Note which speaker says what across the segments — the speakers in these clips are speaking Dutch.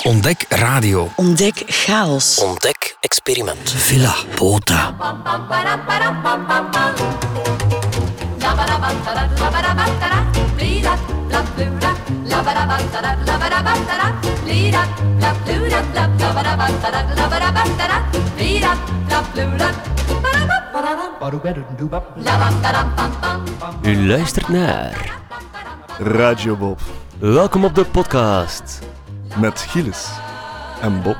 Speaker 1: Ontdek radio.
Speaker 2: Ontdek chaos.
Speaker 1: Ontdek experiment.
Speaker 3: Villa Bota.
Speaker 4: U luistert naar
Speaker 5: Radio Bob.
Speaker 4: Welkom op de podcast.
Speaker 5: Met Gilles en Bob.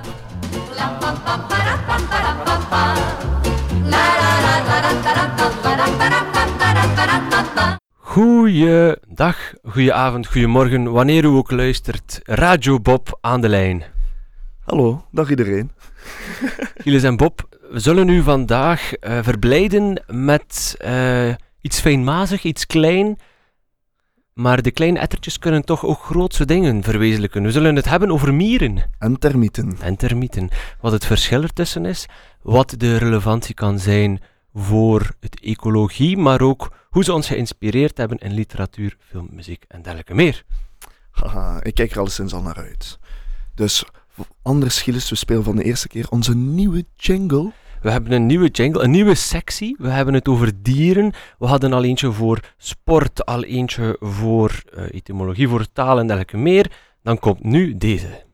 Speaker 4: Goeiedag, goedenavond, goedemorgen, wanneer u ook luistert. Radio Bob aan de lijn.
Speaker 5: Hallo, dag iedereen.
Speaker 4: Gilles en Bob, we zullen u vandaag verblijden met iets fijnmazig, iets klein. Maar de kleine ettertjes kunnen toch ook grootse dingen verwezenlijken. We zullen het hebben over mieren.
Speaker 5: En termieten.
Speaker 4: En termieten. Wat het verschil ertussen is, wat de relevantie kan zijn voor het ecologie, maar ook hoe ze ons geïnspireerd hebben in literatuur, film, muziek en dergelijke meer.
Speaker 5: Haha, ik kijk er alleszins al naar uit. Dus, anders Gilles, we spelen van de eerste keer onze nieuwe jingle.
Speaker 4: We hebben een nieuwe jingle, een nieuwe sectie. We hebben het over dieren. We hadden al eentje voor sport, al eentje voor etymologie, voor taal en dergelijke meer. Dan komt nu deze.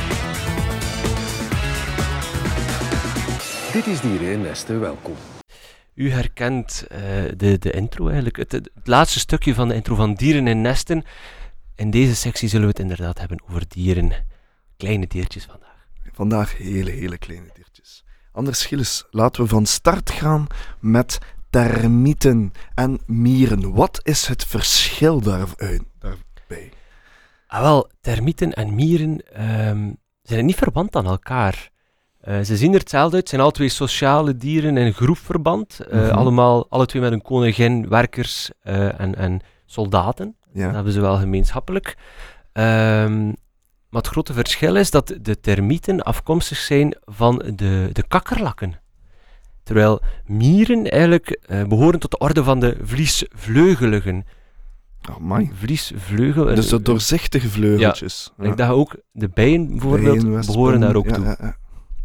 Speaker 1: Dit is Dieren in Nesten, welkom.
Speaker 4: U herkent de intro eigenlijk, het laatste stukje van de intro van Dieren in Nesten. In deze sectie zullen we het inderdaad hebben over dieren. Kleine diertjes vandaag.
Speaker 5: Vandaag hele kleine diertjes. Anders Gilles, laten we van start gaan met termieten en mieren. Wat is het verschil daarbij?
Speaker 4: Wel, termieten en mieren zijn niet verwant aan elkaar. Ze zien er hetzelfde uit, zijn alle twee sociale dieren in groepverband. Alle twee met een koningin, werkers en soldaten.
Speaker 5: Ja.
Speaker 4: Dat hebben ze wel gemeenschappelijk. Maar het grote verschil is dat de termieten afkomstig zijn van de kakkerlakken. Terwijl mieren eigenlijk behoren tot de orde van de vliesvleugeligen.
Speaker 5: Amai.
Speaker 4: Vliesvleugel.
Speaker 5: Dus de doorzichtige vleugeltjes.
Speaker 4: Ja. Ik dacht ook, de bijen bijvoorbeeld behoren daar ook toe.
Speaker 5: Ja.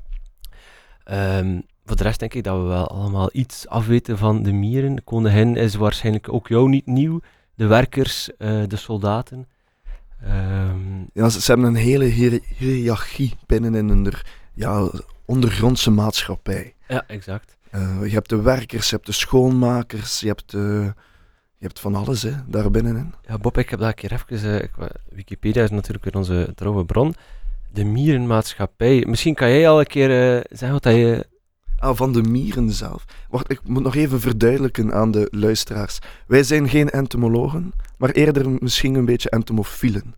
Speaker 4: Voor de rest denk ik dat we wel allemaal iets afweten van de mieren. De koningin is waarschijnlijk ook jou niet nieuw. De werkers, de soldaten.
Speaker 5: Ja, ze hebben een hele hiërarchie binnen in een ondergrondse maatschappij.
Speaker 4: Ja, exact.
Speaker 5: Je hebt de werkers, je hebt de schoonmakers, je hebt van alles daar binnenin.
Speaker 4: Ja, Bob, ik heb dat een keer even... Wikipedia is natuurlijk weer onze trouwe bron. De mierenmaatschappij. Misschien kan jij al een keer zeggen wat dat je...
Speaker 5: Van de mieren zelf. Wacht, ik moet nog even verduidelijken aan de luisteraars. Wij zijn geen entomologen, maar eerder misschien een beetje entomofielen.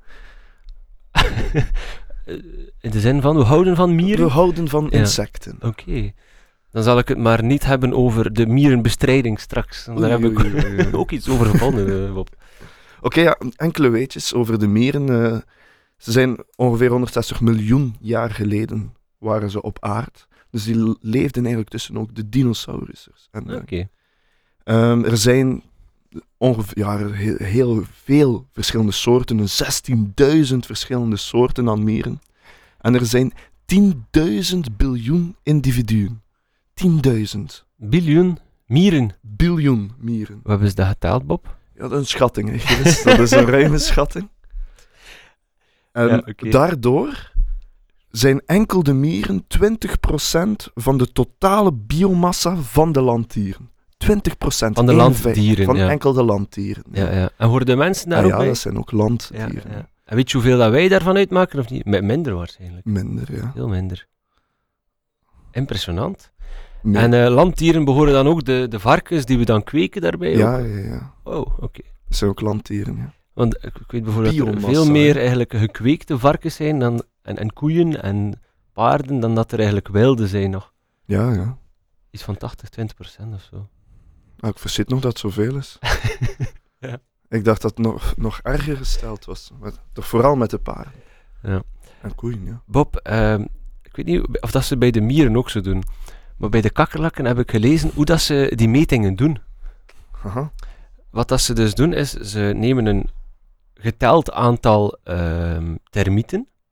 Speaker 4: In de zin van, we houden van mieren?
Speaker 5: We houden van insecten.
Speaker 4: Oké. Dan zal ik het maar niet hebben over de mierenbestrijding straks. Daar heb ik ook iets over gevonden, Bob.
Speaker 5: Oké, enkele weetjes over de mieren. Ze zijn ongeveer 160 miljoen jaar geleden waren ze op aarde. Dus die leefden eigenlijk tussen ook de dinosaurusers.
Speaker 4: Oké.
Speaker 5: Er zijn ongeveer heel veel verschillende soorten, 16.000 verschillende soorten aan mieren. En er zijn 10.000 biljoen individuen. 10.000.
Speaker 4: Biljoen mieren?
Speaker 5: Biljoen mieren.
Speaker 4: Wat hebben ze dat geteld, Bob?
Speaker 5: Ja, dat is een schatting, hè. Dat is een ruime schatting. En daardoor zijn enkel de mieren 20% van de totale biomassa van de landdieren. 20%
Speaker 4: van de landdieren,
Speaker 5: van enkel de landdieren.
Speaker 4: Ja. En horen de mensen daar ook bij?
Speaker 5: Ja, dat zijn ook landdieren.
Speaker 4: Ja. En weet je hoeveel dat wij daarvan uitmaken of niet? Minder waarschijnlijk.
Speaker 5: Minder, ja.
Speaker 4: Heel minder. Impressionant. Nee. En landdieren behoren dan ook de varkens die we dan kweken daarbij?
Speaker 5: Ja.
Speaker 4: Oh, oké.
Speaker 5: Dat zijn ook landdieren, ja.
Speaker 4: Want ik weet bijvoorbeeld dat er veel meer eigenlijk gekweekte varkens zijn dan, en koeien en paarden dan dat er eigenlijk wilde zijn nog.
Speaker 5: Ja.
Speaker 4: Iets van 80-20% of zo.
Speaker 5: Ik verzit nog dat het zoveel is.
Speaker 4: Ja.
Speaker 5: Ik dacht dat het nog erger gesteld was. Toch vooral met de paarden.
Speaker 4: Ja.
Speaker 5: En koeien, ja.
Speaker 4: Bob, ik weet niet of dat ze bij de mieren ook zo doen. Maar bij de kakkerlakken heb ik gelezen hoe dat ze die metingen doen.
Speaker 5: Aha.
Speaker 4: Wat dat ze dus doen is, ze nemen een geteld aantal termieten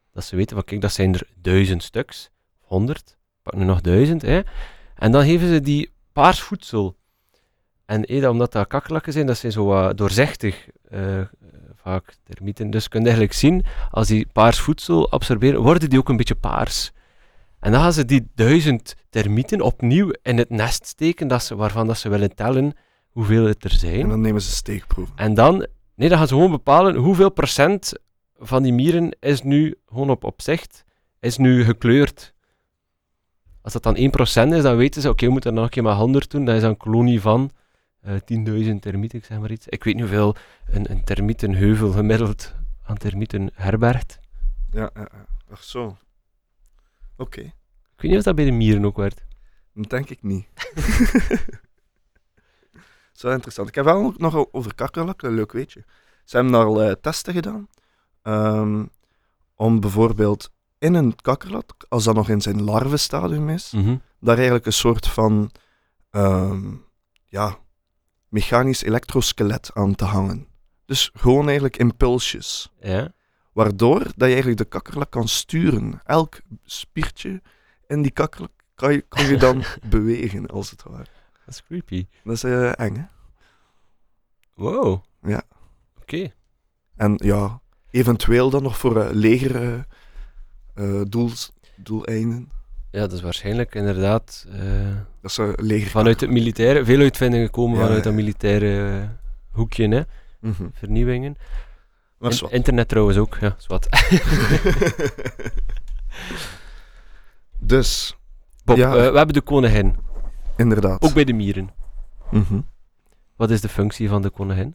Speaker 4: Dat ze weten van, kijk, dat zijn er 1000 stuks. 100, pak nu nog 1000. Hè. En dan geven ze die paars voedsel. En omdat dat kakkerlakken zijn, dat zijn zo doorzichtig, vaak termieten. Dus je kunt eigenlijk zien, als die paars voedsel absorberen, worden die ook een beetje paars. En dan gaan ze die 1000 termieten opnieuw in het nest steken, waarvan dat ze willen tellen hoeveel het er zijn.
Speaker 5: En dan nemen ze steekproeven.
Speaker 4: En dan gaan ze gewoon bepalen hoeveel procent van die mieren is nu gewoon op zicht, is nu gekleurd. Als dat dan 1% is, dan weten ze, oké, we moeten er nog een keer maar 100 doen. Dat is een kolonie van 10.000 termieten, ik zeg maar iets. Ik weet niet hoeveel een termietenheuvel gemiddeld aan termieten herbergt.
Speaker 5: Ja. Ach zo. Oké.
Speaker 4: Ik weet niet of dat bij de mieren ook werd.
Speaker 5: Dat denk ik niet. Zo interessant. Ik heb wel ook nog over kakkerlakken, een leuk weetje. Ze hebben al testen gedaan. Om bijvoorbeeld in een kakkerlak, als dat nog in zijn larvenstadium is, daar eigenlijk een soort van mechanisch elektroskelet aan te hangen. Dus gewoon eigenlijk impulsjes.
Speaker 4: Ja.
Speaker 5: Waardoor dat je eigenlijk de kakkerlak kan sturen. Elk spiertje in die kakkerlak kan je dan bewegen, als het ware.
Speaker 4: Dat is creepy.
Speaker 5: Dat is eng, hè?
Speaker 4: Wow.
Speaker 5: Ja.
Speaker 4: Oké.
Speaker 5: En ja, eventueel dan nog voor leger doeleinden.
Speaker 4: Ja, dat is waarschijnlijk inderdaad
Speaker 5: Dat is leger.
Speaker 4: vanuit het militaire. Veel uitvindingen komen vanuit dat militaire hoekje, hè. Vernieuwingen.
Speaker 5: Maar
Speaker 4: internet trouwens ook, ja, zwart.
Speaker 5: Dus.
Speaker 4: Bob,
Speaker 5: ja,
Speaker 4: we hebben de koningin.
Speaker 5: Inderdaad.
Speaker 4: Ook bij de mieren. Wat is de functie van de koningin?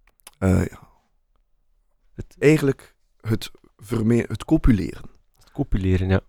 Speaker 5: Eigenlijk het copuleren.
Speaker 4: Het copuleren, ja.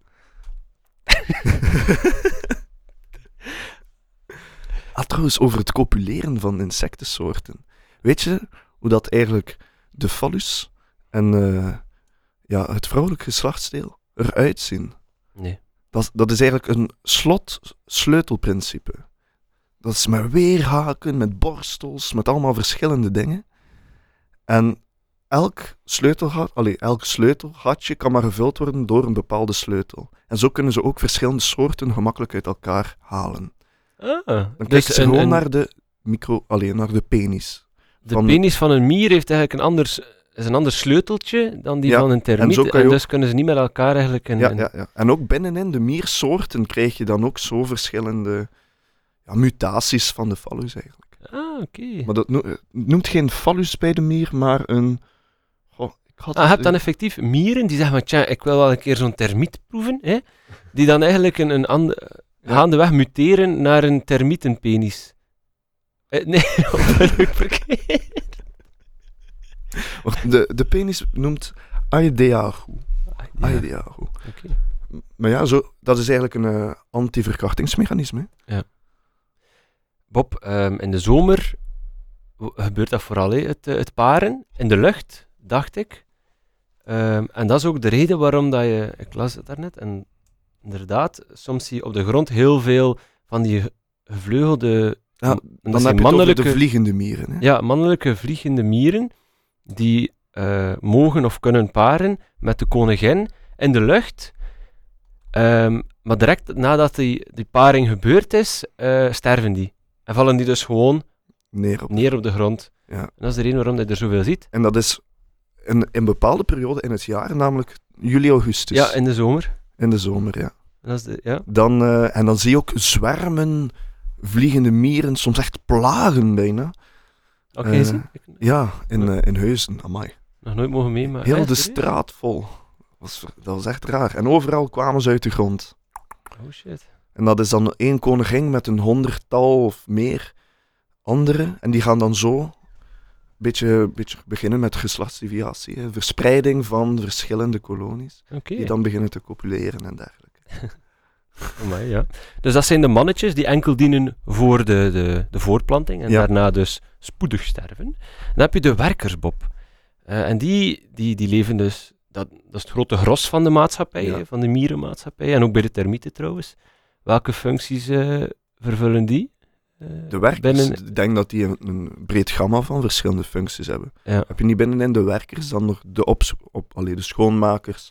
Speaker 5: Trouwens, over het copuleren van insectensoorten. Weet je hoe dat eigenlijk de fallus en het vrouwelijk geslachtsdeel eruit zien?
Speaker 4: Nee.
Speaker 5: Dat is eigenlijk een slot-sleutelprincipe. Dat is met weerhaken, met borstels, met allemaal verschillende dingen. En elk sleutelgatje kan maar gevuld worden door een bepaalde sleutel. En zo kunnen ze ook verschillende soorten gemakkelijk uit elkaar halen. Dan kijken ze gewoon naar de penis.
Speaker 4: De penis van een mier heeft eigenlijk een ander sleuteltje dan die van een termiet. En dus kunnen ze niet met elkaar eigenlijk...
Speaker 5: Ja. En ook binnenin de miersoorten krijg je dan ook zo verschillende mutaties van de fallus eigenlijk.
Speaker 4: Oké.
Speaker 5: Maar dat noemt geen fallus bij de mier, maar een...
Speaker 4: Je hebt dan effectief mieren die zeggen, tja, ik wil wel een keer zo'n termiet proeven, hè? Die dan eigenlijk gaandeweg muteren naar een termietenpenis. Nee, verkeerd.
Speaker 5: De penis noemt Aedeago. Aedeago.
Speaker 4: Okay.
Speaker 5: Maar ja, dat is eigenlijk een anti-verkrachtingsmechanisme.
Speaker 4: Ja. Bob, in de zomer gebeurt dat vooral, het paren in de lucht, dacht ik. En dat is ook de reden waarom dat ik las het daarnet, en inderdaad, soms zie je op de grond heel veel van die gevleugelde...
Speaker 5: Ja, dan heb je mannelijke, de vliegende mieren. Hè?
Speaker 4: Ja, mannelijke vliegende mieren, die mogen of kunnen paren met de koningin in de lucht. Maar direct nadat die paring gebeurd is, sterven die. En vallen die dus gewoon neer op de grond.
Speaker 5: Ja. En
Speaker 4: dat is de reden waarom je er zoveel ziet.
Speaker 5: En dat is in een bepaalde periode in het jaar, namelijk juli, augustus.
Speaker 4: Ja, in de zomer.
Speaker 5: In de zomer, ja.
Speaker 4: En, dat is ja.
Speaker 5: Dan zie je ook zwermen vliegende mieren, soms echt plagen bijna.
Speaker 4: Oké,
Speaker 5: ja, in Heusden, amai.
Speaker 4: Nog nooit mogen mee, maar...
Speaker 5: Heel de straat vol. Dat was echt raar. En overal kwamen ze uit de grond.
Speaker 4: Oh shit.
Speaker 5: En dat is dan 1 koningin met een 100-tal of meer andere. En die gaan dan zo een beetje beginnen met geslachtsdeviatie. Hè. Verspreiding van verschillende kolonies.
Speaker 4: Okay.
Speaker 5: Die dan beginnen te copuleren en dergelijke.
Speaker 4: Amai, ja. Dus dat zijn de mannetjes die enkel dienen voor de voortplanting en daarna dus spoedig sterven. Dan heb je de werkers, Bob. En die leven dus... Dat is het grote gros van de maatschappij, van de mierenmaatschappij. En ook bij de termieten trouwens. Welke functies vervullen die?
Speaker 5: De werkers, ik denk dat die een breed gamma van verschillende functies hebben.
Speaker 4: Ja.
Speaker 5: Heb je niet binnenin de werkers dan nog de schoonmakers,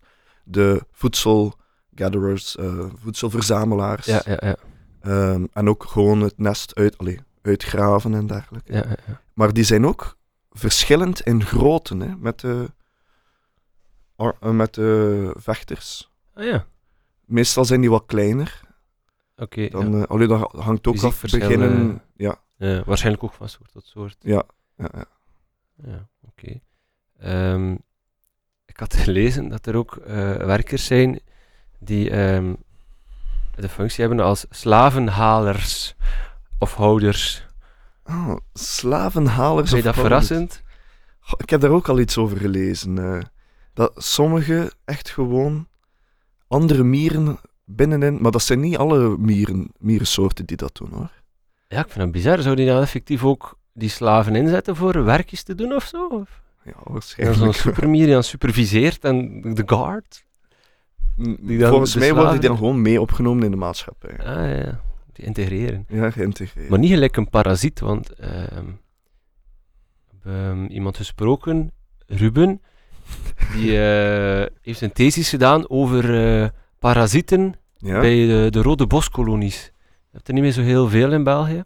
Speaker 5: de voedselgatherers, voedselverzamelaars.
Speaker 4: Ja.
Speaker 5: En ook gewoon het nest uitgraven en dergelijke.
Speaker 4: Ja.
Speaker 5: Maar die zijn ook verschillend in grootte, hè, met de vechters.
Speaker 4: Ah ja,
Speaker 5: Meestal zijn die wat kleiner.
Speaker 4: oké.
Speaker 5: Dat hangt ook af.
Speaker 4: Fysiek
Speaker 5: Ja.
Speaker 4: Waarschijnlijk ook van soort tot soort.
Speaker 5: Ja.
Speaker 4: Ja, oké. Ik had gelezen dat er ook werkers zijn die de functie hebben als slavenhalers of houders.
Speaker 5: Oh, slavenhalers.
Speaker 4: Vind je dat
Speaker 5: of houders.
Speaker 4: verrassend?
Speaker 5: Goh, ik heb daar ook al iets over gelezen. Dat sommige echt gewoon andere mieren binnenin... Maar dat zijn niet alle mierensoorten die dat doen, hoor.
Speaker 4: Ja, ik vind het bizar. Zou die nou effectief ook die slaven inzetten voor werkjes te doen of zo? Of?
Speaker 5: Ja,
Speaker 4: Ja,
Speaker 5: waarschijnlijk.
Speaker 4: zo'n supermier die dan superviseert en de guard? Die dan
Speaker 5: Volgens
Speaker 4: de
Speaker 5: mij worden die
Speaker 4: slaven-
Speaker 5: dan gewoon mee opgenomen in de maatschappij.
Speaker 4: Ah ja, die integreren.
Speaker 5: Ja, geïntegreerd.
Speaker 4: Maar niet gelijk een parasiet, want we hebben iemand gesproken, Ruben, die heeft een thesis gedaan over parasieten
Speaker 5: Ja?
Speaker 4: bij de rode boskolonies. Je hebt er niet meer zo heel veel in België.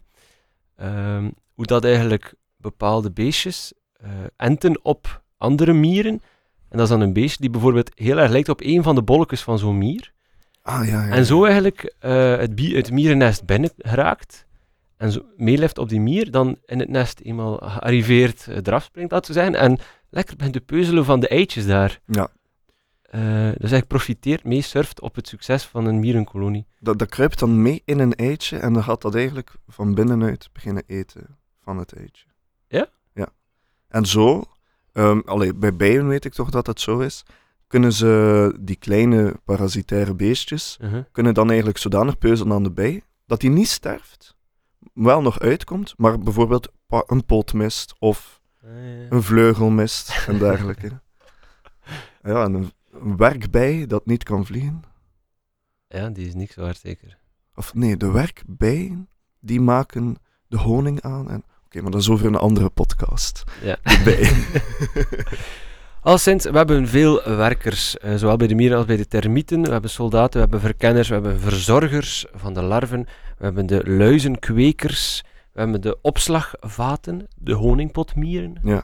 Speaker 4: Hoe dat eigenlijk bepaalde beestjes enten op andere mieren. En dat is dan een beestje die bijvoorbeeld heel erg lijkt op een van de bolletjes van zo'n mier.
Speaker 5: Ah, ja.
Speaker 4: En zo eigenlijk het mierennest binnen geraakt. En zo meeleft op die mier, dan in het nest eenmaal gearriveerd eraf springt, laten we zeggen. En lekker begint te peuzelen van de eitjes daar.
Speaker 5: Ja.
Speaker 4: Dus eigenlijk profiteert, meesurft op het succes van een mierenkolonie.
Speaker 5: Dat kruipt dan mee in een eitje en dan gaat dat eigenlijk van binnenuit beginnen eten van het eitje.
Speaker 4: Ja?
Speaker 5: Ja. En zo, bij bijen weet ik toch dat het zo is, kunnen ze die kleine parasitaire beestjes, kunnen dan eigenlijk zodanig peuzelen aan de bij, dat die niet sterft, wel nog uitkomt, maar bijvoorbeeld een poot mist of een vleugel mist en dergelijke. Ja, en een werkbij dat niet kan vliegen.
Speaker 4: Ja, die is niks waard, zeker.
Speaker 5: Of nee, de werkbijen, die maken de honing aan. Oké, maar dat is over een andere podcast.
Speaker 4: Ja.
Speaker 5: De bijen.
Speaker 4: Alleszins, we hebben veel werkers, zowel bij de mieren als bij de termieten. We hebben soldaten, we hebben verkenners, we hebben verzorgers van de larven. We hebben de luizenkwekers, we hebben de opslagvaten, de honingpotmieren.
Speaker 5: Ja.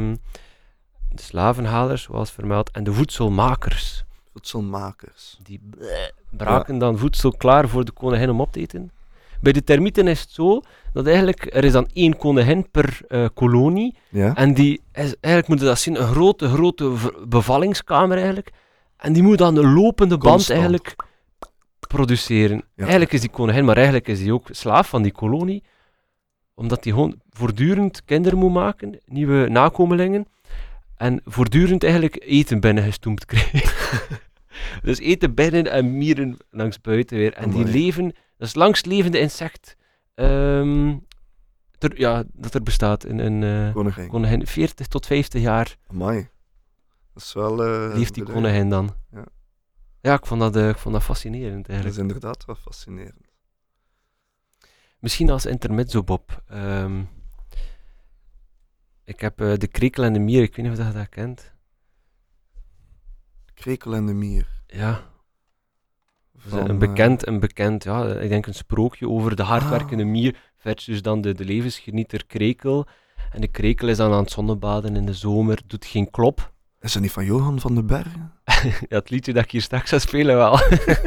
Speaker 4: De slavenhalers, zoals vermeld, en de voedselmakers.
Speaker 5: Voedselmakers.
Speaker 4: Die braken dan voedsel klaar voor de koningin om op te eten. Bij de termieten is het zo dat eigenlijk er is dan 1 koningin per kolonie.
Speaker 5: Ja?
Speaker 4: En die is, eigenlijk moet je dat zien, een grote bevallingskamer eigenlijk. En die moet dan een lopende band
Speaker 5: Constant.
Speaker 4: eigenlijk produceren.
Speaker 5: Ja.
Speaker 4: Eigenlijk is die koningin, maar eigenlijk is die ook slaaf van die kolonie. Omdat die gewoon voortdurend kinderen moet maken, nieuwe nakomelingen. En voortdurend eigenlijk eten binnengestoemd krijgen. Dus eten binnen en mieren langs buiten weer. En die
Speaker 5: Amai.
Speaker 4: leven, dat is het langslevende insect dat er bestaat in een
Speaker 5: Koningin.
Speaker 4: koningin. 40 tot 50 jaar
Speaker 5: Amai. Dat is wel...
Speaker 4: leeft die
Speaker 5: beduidend.
Speaker 4: koningin dan.
Speaker 5: Ja.
Speaker 4: Ja, ik vond dat fascinerend
Speaker 5: Dat is
Speaker 4: eigenlijk.
Speaker 5: inderdaad wel fascinerend.
Speaker 4: Misschien als intermezzo, Bob. Ik heb de krekel en de mier, ik weet niet of je dat kent.
Speaker 5: Krekel en de mier.
Speaker 4: Ja.
Speaker 5: Van,
Speaker 4: Een bekend, ja, ik denk een sprookje over de hardwerkende mier versus dan de levensgenieter krekel. En de krekel is dan aan het zonnebaden in de zomer, doet geen klop.
Speaker 5: Is dat niet van Johan van den Bergen?
Speaker 4: Ja, het liedje dat ik hier straks zou spelen wel.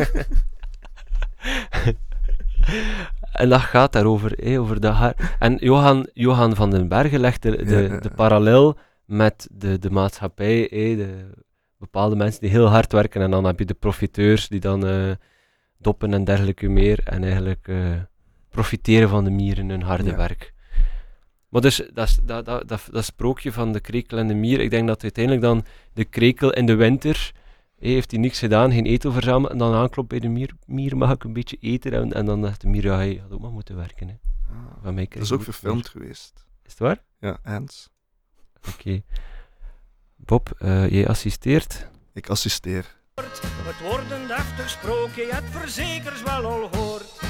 Speaker 4: En dat gaat daarover, over de En Johan van den Bergen legt de parallel met de maatschappij, de bepaalde mensen die heel hard werken en dan heb je de profiteurs die dan doppen en dergelijke meer en eigenlijk profiteren van de mier in hun harde werk. Maar dus, dat sprookje van de krekel en de mier, ik denk dat uiteindelijk dan de krekel in de winter, heeft hij niks gedaan, geen eten verzameld, en dan aanklopt bij de mier, mag ik een beetje eten? En dan zegt de mier, ja, hij had ook maar moeten werken. Hè. Van mij
Speaker 5: Dat is ook verfilmd geweest.
Speaker 4: Is het waar?
Speaker 5: Ja, Hans.
Speaker 4: Oké. Bob, jij assisteert.
Speaker 5: Ik assisteer.
Speaker 2: Het wordt een deftig sprookje, het verzekers wel al hoort.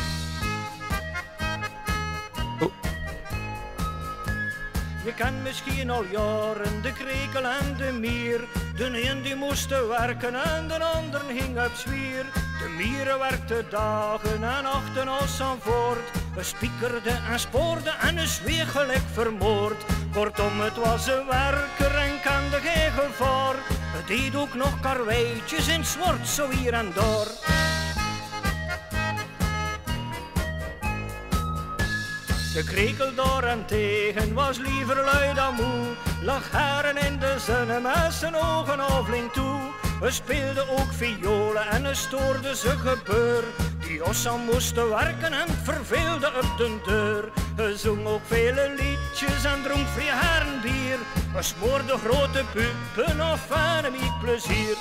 Speaker 4: Oh.
Speaker 2: Je kent misschien al jaren de krekel en de mier. De een die moest werken en de ander ging op zwier. De mieren werkten dagen en nachten als aan voort. We spiekerde en spoorde en een zweer gelijk vermoord. Kortom, het was een werker en kende geen gevaar. Het deed ook nog karweitjes in zwart, zo hier en daar. De krekel daarentegen was liever lui dan moe. Lag haren in de zon met zijn ogen afling toe. We speelden ook violen en het stoorde ze gebeur. Die Ossan moesten werken en verveelde op de deur. Hij zong ook vele liedjes en dronk vrij haren bier. We smoorden grote pupen of een miek plezier.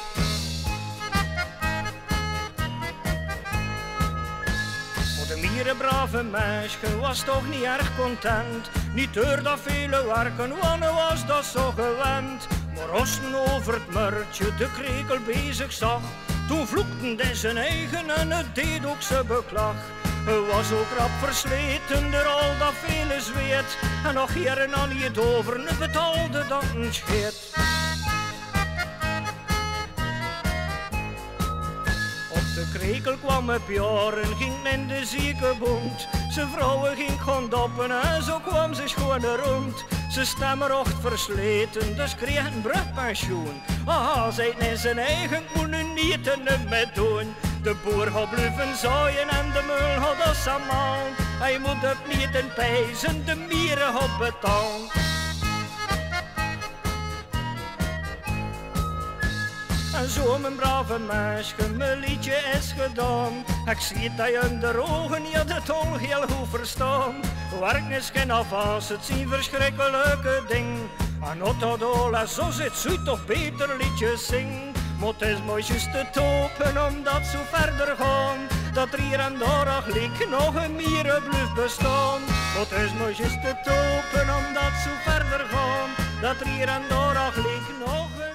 Speaker 2: De mieren brave meisje was toch niet erg content. Niet door dat vele werken, want hij was dat zo gewend. Maar rosten over het murtje de krekel bezig zag. Toen vloekten hij zijn eigen en het deed ook zijn beklag. Hij was ook rap versleten door al dat vele zweet. En nog jaren aan niet over, het betaalde dat een scheet. De krekel kwam op jaren, ging in de ziekenbond. Zijn vrouwen ging gaan doppen en zo kwam ze schoon rond. Ze stemmen ocht versleten, dus kreeg een brugpensioen. Aha, zei in zijn eigen moet nu niet met doen. De boer gaat blijven zaaien en de meul gaat als een man. Hij moet het niet in pijzen, de mieren gaat betalen. En zo mijn brave meisje, mijn liedje is gedaan. Ik zie dat je in de ogen je de tol heel goed verstaan. Werk is geen avans, het zien verschrikkelijke ding. En Ottadola, zo zit ze toch beter liedjes zing. Maar het is mooitjes te topen omdat zo verder gaan. Dat er hier en daar gelijk nog een mierenbluf bestaan. Maar het is mooitjes te topen omdat zo verder gaan. Dat er hier en daar gelijk nog een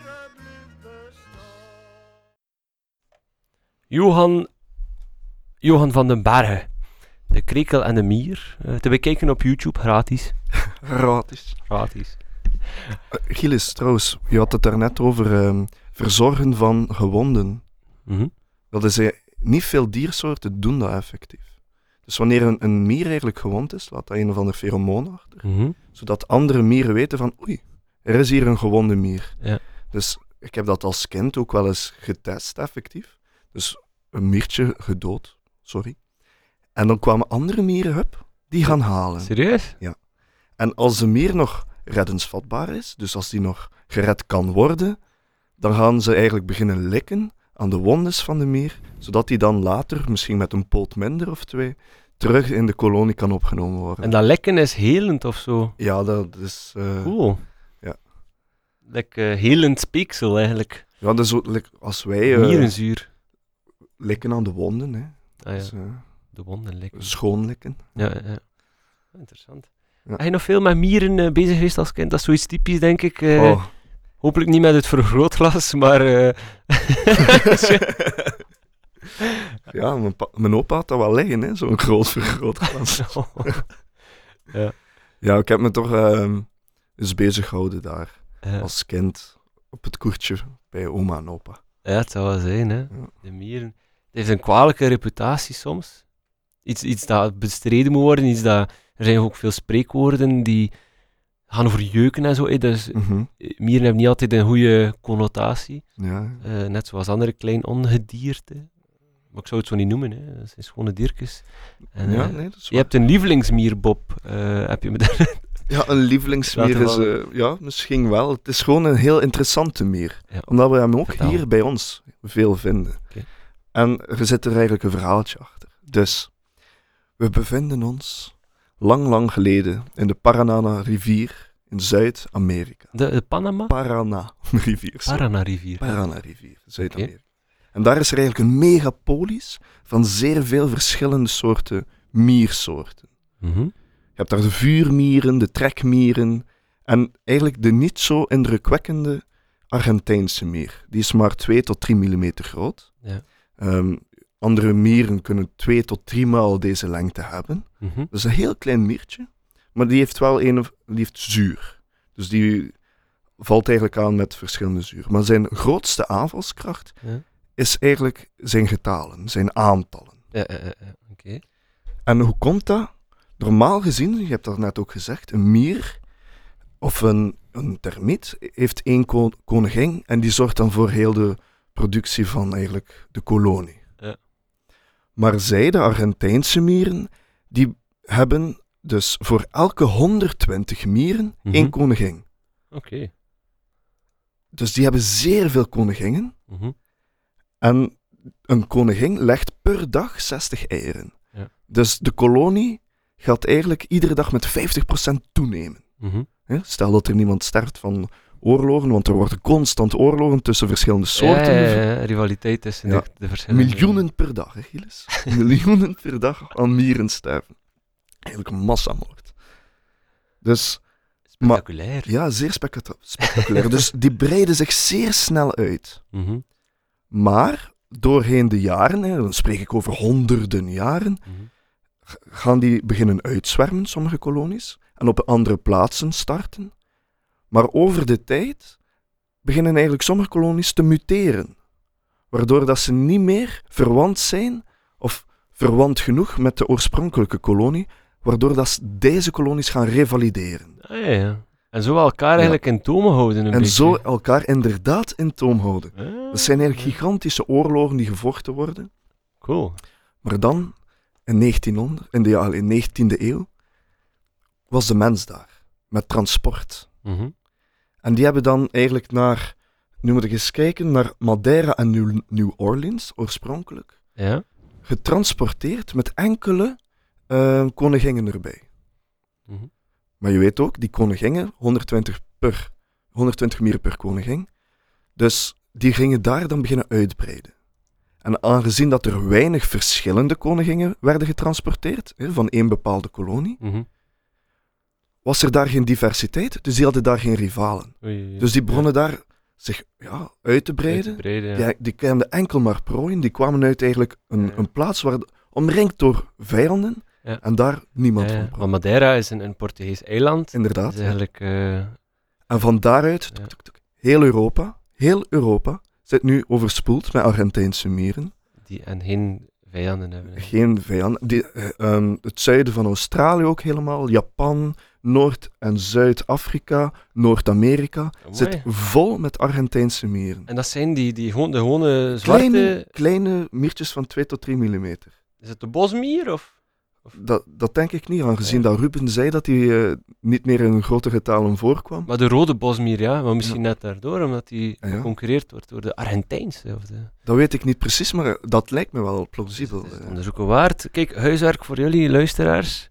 Speaker 4: Johan van den Bergen. De krekel en de mier. Te bekijken op YouTube, gratis.
Speaker 5: Gratis. Gilles, trouwens, je had het daarnet over verzorgen van gewonden.
Speaker 4: Mm-hmm.
Speaker 5: Dat is niet veel diersoorten doen dat effectief. Dus wanneer een mier eigenlijk gewond is, laat dat een of ander feromoon achter.
Speaker 4: Mm-hmm.
Speaker 5: Zodat andere mieren weten van, oei, er is hier een gewonde mier.
Speaker 4: Ja.
Speaker 5: Dus ik heb dat als kind ook wel eens getest, effectief. Dus een miertje gedood, sorry. En dan kwamen andere mieren, die gaan halen.
Speaker 4: Serieus?
Speaker 5: Ja. En als de mier nog reddensvatbaar is, dus als die nog gered kan worden, dan gaan ze eigenlijk beginnen likken aan de wondes van de mier, zodat die dan later, misschien met een poot minder of 2, terug in de kolonie kan opgenomen worden.
Speaker 4: En dat lekken is helend of zo?
Speaker 5: Ja, dat is...
Speaker 4: Cool.
Speaker 5: Ja.
Speaker 4: Helend speeksel eigenlijk.
Speaker 5: Ja, dat is ook, als wij...
Speaker 4: Mierenzuur.
Speaker 5: Likken aan de wonden, hè.
Speaker 4: Ah, ja.
Speaker 5: Dus,
Speaker 4: de wonden likken.
Speaker 5: Schoonlikken.
Speaker 4: Ja. Interessant.
Speaker 5: Ja.
Speaker 4: Heb je nog veel met mieren bezig geweest als kind? Dat is zoiets typisch, denk ik. Hopelijk niet met het vergrootglas, maar...
Speaker 5: Ja, mijn opa had dat wel liggen, hè, zo'n groot vergrootglas. Ja, ik heb me toch eens bezig gehouden daar. Als kind op het koertje bij oma en opa.
Speaker 4: Ja, het zou wel zijn, hè.
Speaker 5: Ja.
Speaker 4: De mieren. Het heeft een kwalijke reputatie soms. Iets dat bestreden moet worden, er zijn ook veel spreekwoorden die gaan over jeuken en zo. Dus mieren hebben niet altijd een goede connotatie.
Speaker 5: Ja.
Speaker 4: Net zoals andere klein ongedierte. Maar ik zou het zo niet noemen, hè. Dat zijn schone diertjes. En,
Speaker 5: ja, nee, dat is
Speaker 4: je hebt een lievelingsmier, Bob. Heb je me daar...
Speaker 5: Ja, een lievelingsmier is... ja, misschien wel. Het is gewoon een heel interessante mier. Ja. Omdat we hem ook hier bij ons veel vinden.
Speaker 4: Okay.
Speaker 5: En er zit er eigenlijk een verhaaltje achter. Dus, we bevinden ons lang geleden in de Paraná-rivier in Zuid-Amerika.
Speaker 4: De Panama?
Speaker 5: Paraná-rivier.
Speaker 4: Paraná-rivier.
Speaker 5: Paraná-rivier, Zuid-Amerika. Okay. En daar is er eigenlijk een megapolis van zeer veel verschillende soorten miersoorten.
Speaker 4: Mm-hmm.
Speaker 5: Je hebt daar de vuurmieren, de trekmieren en eigenlijk de niet zo indrukwekkende Argentijnse mier. Die is maar 2 tot 3 millimeter groot.
Speaker 4: Ja.
Speaker 5: Andere mieren kunnen 2 tot 3 maal deze lengte hebben.
Speaker 4: Mm-hmm.
Speaker 5: Dat is een heel klein miertje, maar die heeft wel die heeft zuur. Dus valt eigenlijk aan met verschillende zuren. Maar zijn grootste aanvalskracht is eigenlijk zijn getalen, zijn aantallen.
Speaker 4: Oké.
Speaker 5: En hoe komt dat? Normaal gezien, je hebt dat net ook gezegd, een mier of een termiet heeft 1 koningin en die zorgt dan voor heel de productie van eigenlijk de kolonie.
Speaker 4: Ja.
Speaker 5: Maar zij, de Argentijnse mieren, die hebben dus voor elke 120 mieren 1 koningin.
Speaker 4: Oké.
Speaker 5: Dus die hebben zeer veel koninginnen. En een koningin legt per dag 60 eieren.
Speaker 4: Ja.
Speaker 5: Dus de kolonie gaat eigenlijk iedere dag met 50% toenemen. Stel dat er niemand sterft van oorlogen, want er worden constant oorlogen tussen verschillende soorten.
Speaker 4: Ja, rivaliteit tussen de verschillende...
Speaker 5: Miljoenen per dag, hè, Gilles? Miljoenen per dag aan mieren sterven. Eigenlijk een massamoord. Dus...
Speaker 4: Spectaculair.
Speaker 5: Ja, zeer spectaculair. Dus die breiden zich zeer snel uit. Maar doorheen de jaren, dan spreek ik over honderden jaren, gaan die beginnen uitzwermen, sommige kolonies, en op andere plaatsen starten. Maar over de tijd beginnen eigenlijk sommige kolonies te muteren, waardoor dat ze niet meer verwant zijn, of verwant genoeg met de oorspronkelijke kolonie, waardoor dat deze kolonies gaan revalideren.
Speaker 4: Ja. En zo elkaar eigenlijk in toom houden.
Speaker 5: En zo elkaar inderdaad in toom houden. Dat zijn eigenlijk gigantische oorlogen die gevochten worden.
Speaker 4: Cool.
Speaker 5: Maar dan, in de 19e eeuw, was de mens daar, met transport. En die hebben dan eigenlijk nu moet ik eens kijken, naar Madeira en New Orleans, oorspronkelijk, getransporteerd met enkele koninginnen erbij. Maar je weet ook, die koninginnen, 120 mieren per koningin, dus die gingen daar dan beginnen uitbreiden. En aangezien dat er weinig verschillende koninginnen werden getransporteerd, van één bepaalde kolonie, was er daar geen diversiteit, dus die hadden daar geen rivalen. Dus die begonnen daar zich uit te breiden. Die kenden enkel maar prooien, die kwamen uit eigenlijk een plaats waar omringd door vijanden, en daar niemand van prooien.
Speaker 4: Maar Madeira is een Portugees eiland.
Speaker 5: Inderdaad.
Speaker 4: Is eigenlijk,
Speaker 5: En van daaruit, heel Europa zit nu overspoeld met Argentijnse mieren.
Speaker 4: En geen vijanden hebben.
Speaker 5: Geen vijanden. Het zuiden van Australië ook helemaal, Japan, Noord- en Zuid-Afrika, Noord-Amerika, zit vol met Argentijnse mieren.
Speaker 4: En dat zijn de gewone zwarte...
Speaker 5: Kleine miertjes van 2 tot 3 millimeter.
Speaker 4: Is het de bosmier, of?
Speaker 5: Dat denk ik niet, aangezien dat Ruben zei dat hij niet meer in grote getalen voorkwam.
Speaker 4: Maar de rode bosmier, maar misschien net daardoor, omdat hij geconcurreerd wordt door de Argentijnse.
Speaker 5: Dat weet ik niet precies, maar dat lijkt me wel plausibel.
Speaker 4: Dat is het onderzoeken waard. Kijk, huiswerk voor jullie luisteraars.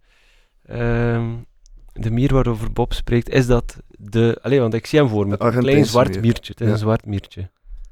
Speaker 4: De mier waarover Bob spreekt, is dat want ik zie hem voor me, een klein zwart miertje. Het is een zwart miertje.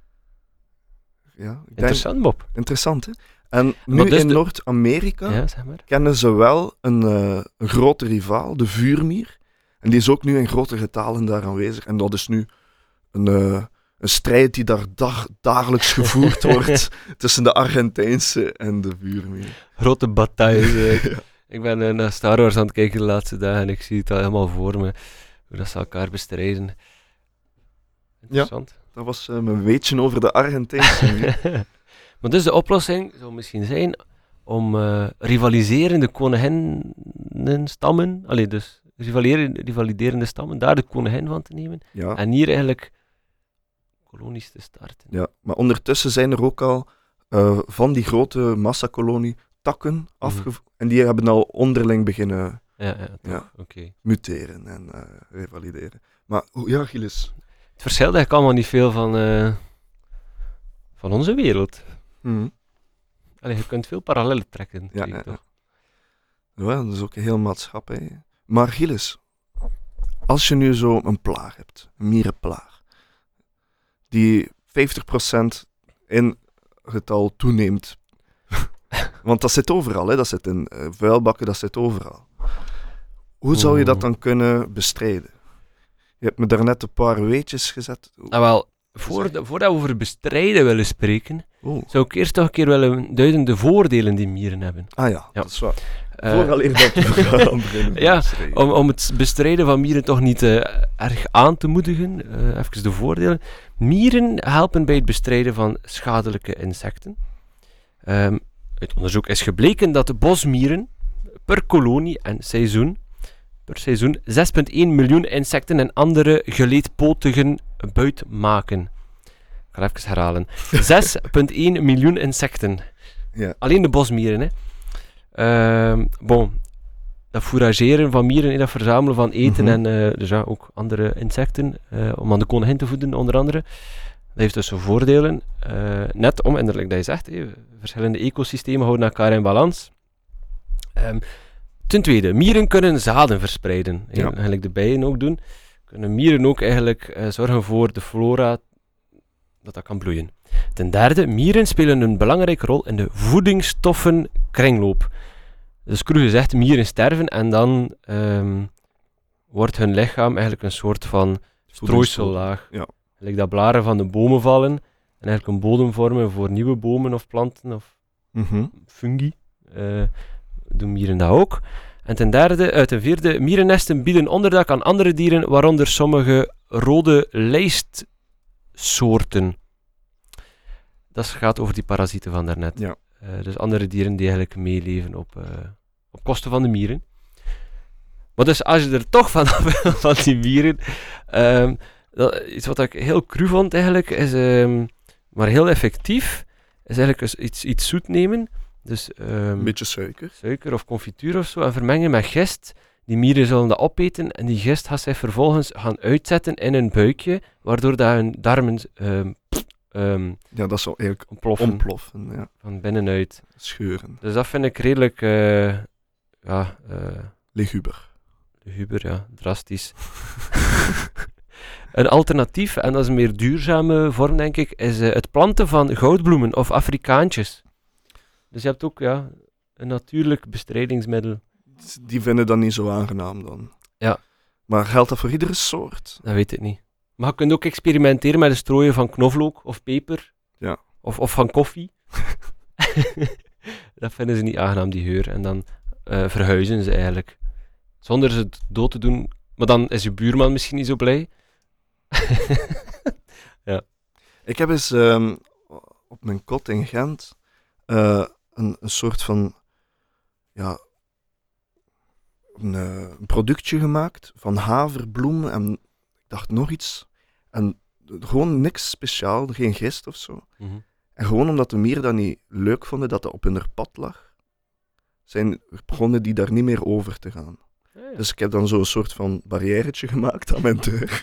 Speaker 5: Ja,
Speaker 4: interessant, Bob.
Speaker 5: Interessant, hè? En nu in Noord-Amerika kennen ze wel een grote rivaal, de vuurmier. En die is ook nu in grote getalen daar aanwezig. En dat is nu een strijd die daar dagelijks gevoerd wordt tussen de Argentijnse en de vuurmier.
Speaker 4: Grote bataille. Ik ben naar Star Wars aan het kijken de laatste dagen en ik zie het al helemaal voor me. Hoe dat ze elkaar bestrijden. Interessant.
Speaker 5: Ja, dat was mijn weetje over de Argentijnse mier.
Speaker 4: Maar dus de oplossing zou misschien zijn om rivaliserende koninginnenstammen, dus rivaliderende stammen, daar de koningin van te nemen en hier eigenlijk kolonies te starten.
Speaker 5: Ja, maar ondertussen zijn er ook al van die grote massakolonie takken en die hebben al onderling beginnen muteren en revalideren. Maar Gilles?
Speaker 4: Het verschilt eigenlijk allemaal niet veel van onze wereld. Je kunt veel parallellen trekken. Toch?
Speaker 5: Ja, dat is ook heel maatschappij. Maar Gilles, als je nu zo een plaag hebt, een mierenplaag, die 50% in getal toeneemt, want dat zit overal, dat zit in vuilbakken, dat zit overal. Hoe zou je dat dan kunnen bestrijden? Je hebt me daarnet een paar weetjes gezet.
Speaker 4: Voordat we over bestrijden willen spreken, zou ik eerst toch een keer willen duiden de voordelen die mieren hebben.
Speaker 5: Ah ja, dat is waar. Vooraleer dat we gaan beginnen.
Speaker 4: Ja, om het bestrijden van mieren toch niet erg aan te moedigen, even de voordelen. Mieren helpen bij het bestrijden van schadelijke insecten. Uit onderzoek is gebleken dat de bosmieren per kolonie en per seizoen 6,1 miljoen insecten en andere geleedpotigen buit maken. Ik ga even herhalen. 6,1 miljoen insecten.
Speaker 5: Ja.
Speaker 4: Alleen de bosmieren, hè. Dat fourageren van mieren, dat verzamelen van eten en dus ja, ook andere insecten, om aan de koningin te voeden, onder andere. Dat heeft dus zijn voordelen. Net om, inderdaad dat je zegt, verschillende ecosystemen houden elkaar in balans. Ten tweede, mieren kunnen zaden verspreiden. Eigenlijk de bijen ook doen. Kunnen mieren ook eigenlijk zorgen voor de flora dat kan bloeien. Ten derde, mieren spelen een belangrijke rol in de voedingsstoffenkringloop. Dus cru gezegd, mieren sterven en dan wordt hun lichaam eigenlijk een soort van strooisellaag.
Speaker 5: Ja.
Speaker 4: Like dat blaren van de bomen vallen en eigenlijk een bodem vormen voor nieuwe bomen of planten of fungi. Doen mieren dat ook. En ten vierde, mierennesten bieden onderdak aan andere dieren, waaronder sommige rode lijstsoorten. Dat gaat over die parasieten van daarnet.
Speaker 5: Ja.
Speaker 4: Dus andere dieren die eigenlijk meeleven op kosten van de mieren. Maar dus als je er toch van van die mieren... iets wat ik heel cru vond eigenlijk, is, maar heel effectief, is eigenlijk iets zoet nemen. Dus,
Speaker 5: een beetje suiker.
Speaker 4: Suiker of confituur of zo, en vermengen met gist. Die mieren zullen dat opeten en die gist gaat zich vervolgens gaan uitzetten in hun buikje, waardoor dat hun darmen
Speaker 5: ja, dat zal eigenlijk ontploffen ja.
Speaker 4: Van binnenuit.
Speaker 5: Scheuren.
Speaker 4: Dus dat vind ik redelijk
Speaker 5: Luguber,
Speaker 4: ja, drastisch. Een alternatief, en dat is een meer duurzame vorm, denk ik, is het planten van goudbloemen of Afrikaantjes. Dus je hebt ook een natuurlijk bestrijdingsmiddel.
Speaker 5: Die vinden dat niet zo aangenaam dan.
Speaker 4: Ja.
Speaker 5: Maar geldt dat voor iedere soort?
Speaker 4: Dat weet ik niet. Maar je kunt ook experimenteren met het strooien van knoflook of peper.
Speaker 5: Ja.
Speaker 4: Of van koffie. Dat vinden ze niet aangenaam, die geur. En dan verhuizen ze eigenlijk. Zonder ze dood te doen. Maar dan is je buurman misschien niet zo blij. Ja.
Speaker 5: Ik heb eens op mijn kot in Gent een soort van een productje gemaakt van haverbloem en ik dacht nog iets. En gewoon niks speciaal, geen gist of zo.
Speaker 4: Mm-hmm.
Speaker 5: En gewoon omdat de mieren dat niet leuk vonden dat dat op hun pad lag, begonnen die daar niet meer over te gaan.
Speaker 4: Ja, ja.
Speaker 5: Dus ik heb dan zo'n soort van barrièretje gemaakt aan mijn deur.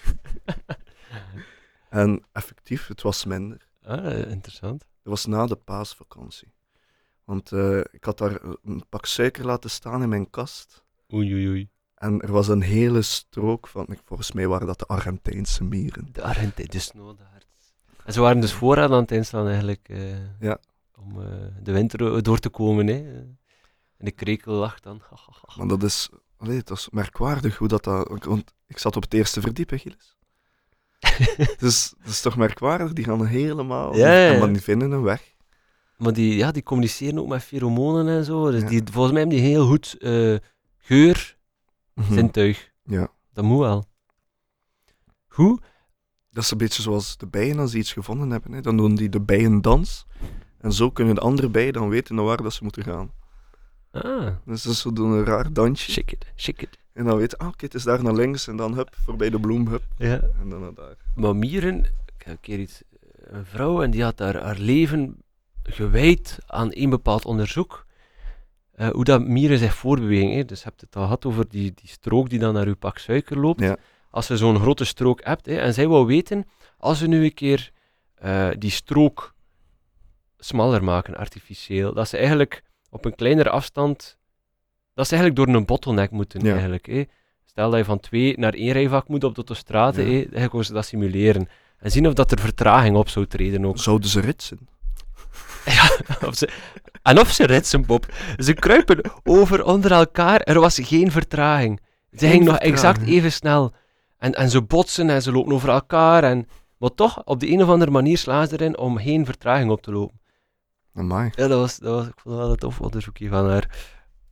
Speaker 5: En effectief, het was minder.
Speaker 4: Interessant.
Speaker 5: Dat was na de paasvakantie. Want ik had daar een pak suiker laten staan in mijn kast.
Speaker 4: Oei.
Speaker 5: En er was een hele strook van, volgens mij waren dat de Argentijnse mieren.
Speaker 4: De snoodaards. En ze waren dus vooraan aan het inslaan eigenlijk. Om de winter door te komen. Hè. En de krekel lag dan.
Speaker 5: Maar dat is, het was merkwaardig hoe dat... Want ik zat op het eerste verdiep, Gilles. Dus dat is toch merkwaardig, die gaan helemaal...
Speaker 4: Ja.
Speaker 5: Maar die vinden een weg.
Speaker 4: Maar die communiceren ook met pheromonen en zo. Dus volgens mij hebben die heel goed geur, zintuig.
Speaker 5: Ja.
Speaker 4: Dat moet wel. Hoe?
Speaker 5: Dat is een beetje zoals de bijen als die iets gevonden hebben. Hè. Dan doen die de bijendans. En zo kunnen de andere bijen dan weten naar waar dat ze moeten gaan. Dus ze doen een raar dansje.
Speaker 4: Shake it.
Speaker 5: En dan weten oké, het is daar naar links en dan hup, voorbij de bloem, hup.
Speaker 4: Ja.
Speaker 5: En dan naar daar.
Speaker 4: Maar mieren, ik heb een keer een vrouw en die had haar leven gewijd aan één bepaald onderzoek. Hoe dat mieren zich voortbewegen. Hè. Dus je hebt het al gehad over die strook die dan naar je pak suiker loopt.
Speaker 5: Ja.
Speaker 4: Als je zo'n grote strook hebt, hè, en zij wou weten, als we nu een keer die strook smaller maken, artificieel, dat ze eigenlijk op een kleinere afstand, dat ze eigenlijk door een bottleneck moeten.
Speaker 5: Ja.
Speaker 4: Eigenlijk, hè. Stel dat je van 2 naar 1 rijvak moet op de autostrade, eigenlijk gaan ze dat simuleren. En zien of dat er vertraging op zou treden ook.
Speaker 5: Zouden ze ritsen?
Speaker 4: Ja, of ze ritsen, Bob. Ze kruipen onder elkaar, er was geen vertraging. Ze gingen nog exact even snel. En ze botsen en ze lopen over elkaar. Maar toch, op de een of andere manier slaan ze erin om geen vertraging op te lopen.
Speaker 5: Amai.
Speaker 4: Ja, ik vond dat wel een tof onderzoekje van haar.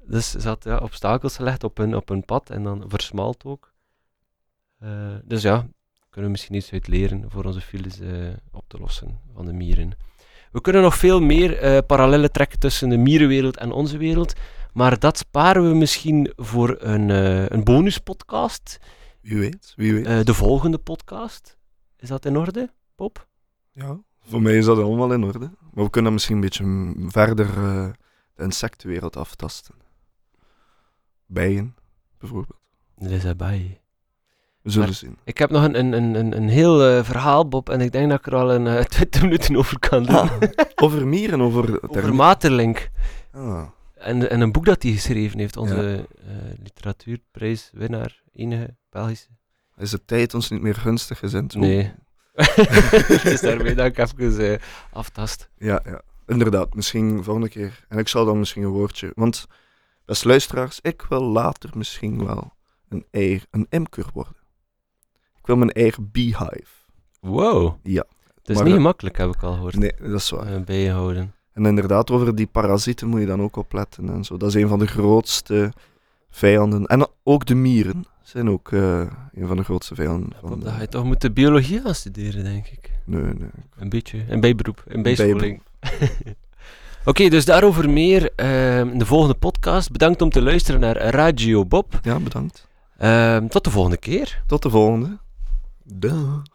Speaker 4: Dus ze had obstakels gelegd op hun pad en dan versmalt ook. Dus ja, kunnen we misschien iets uit leren voor onze files op te lossen van de mieren. We kunnen nog veel meer parallellen trekken tussen de mierenwereld en onze wereld, maar dat sparen we misschien voor een bonuspodcast.
Speaker 5: Wie weet.
Speaker 4: De volgende podcast. Is dat in orde, Bob?
Speaker 5: Ja, voor mij is dat allemaal in orde. Maar we kunnen misschien een beetje verder de insectenwereld aftasten. Bijen, bijvoorbeeld.
Speaker 4: Dat is erbij.
Speaker 5: We zullen zien.
Speaker 4: Ik heb nog een heel verhaal, Bob, en ik denk dat ik er al 20 minuten over kan doen.
Speaker 5: Over mieren,
Speaker 4: over Maeterlinck.
Speaker 5: Ah.
Speaker 4: En een boek dat hij geschreven heeft, onze literatuurprijswinnaar, enige Belgische.
Speaker 5: Is de tijd ons niet meer gunstig gezind?
Speaker 4: Nee. Dus daarmee dat ik even aftast.
Speaker 5: Ja, inderdaad. Misschien volgende keer. En ik zal dan misschien een woordje... Want, beste luisteraars, ik wil later misschien wel een imker worden. Ik wil mijn eigen beehive.
Speaker 4: Wow.
Speaker 5: Ja.
Speaker 4: Het is niet gemakkelijk, heb ik al gehoord.
Speaker 5: Nee, dat is waar.
Speaker 4: Bijhouden.
Speaker 5: En inderdaad, over die parasieten moet je dan ook opletten en zo. Dat is een van de grootste vijanden. En ook de mieren zijn ook een van de grootste vijanden.
Speaker 4: Dat ga je toch moeten biologie gaan studeren, denk ik.
Speaker 5: Nee.
Speaker 4: Een beetje. Een bijberoep. Een bijscholing. Oké, dus daarover meer in de volgende podcast. Bedankt om te luisteren naar Radio Bob.
Speaker 5: Ja, bedankt.
Speaker 4: Tot de volgende keer.
Speaker 5: Tot de volgende. Dag.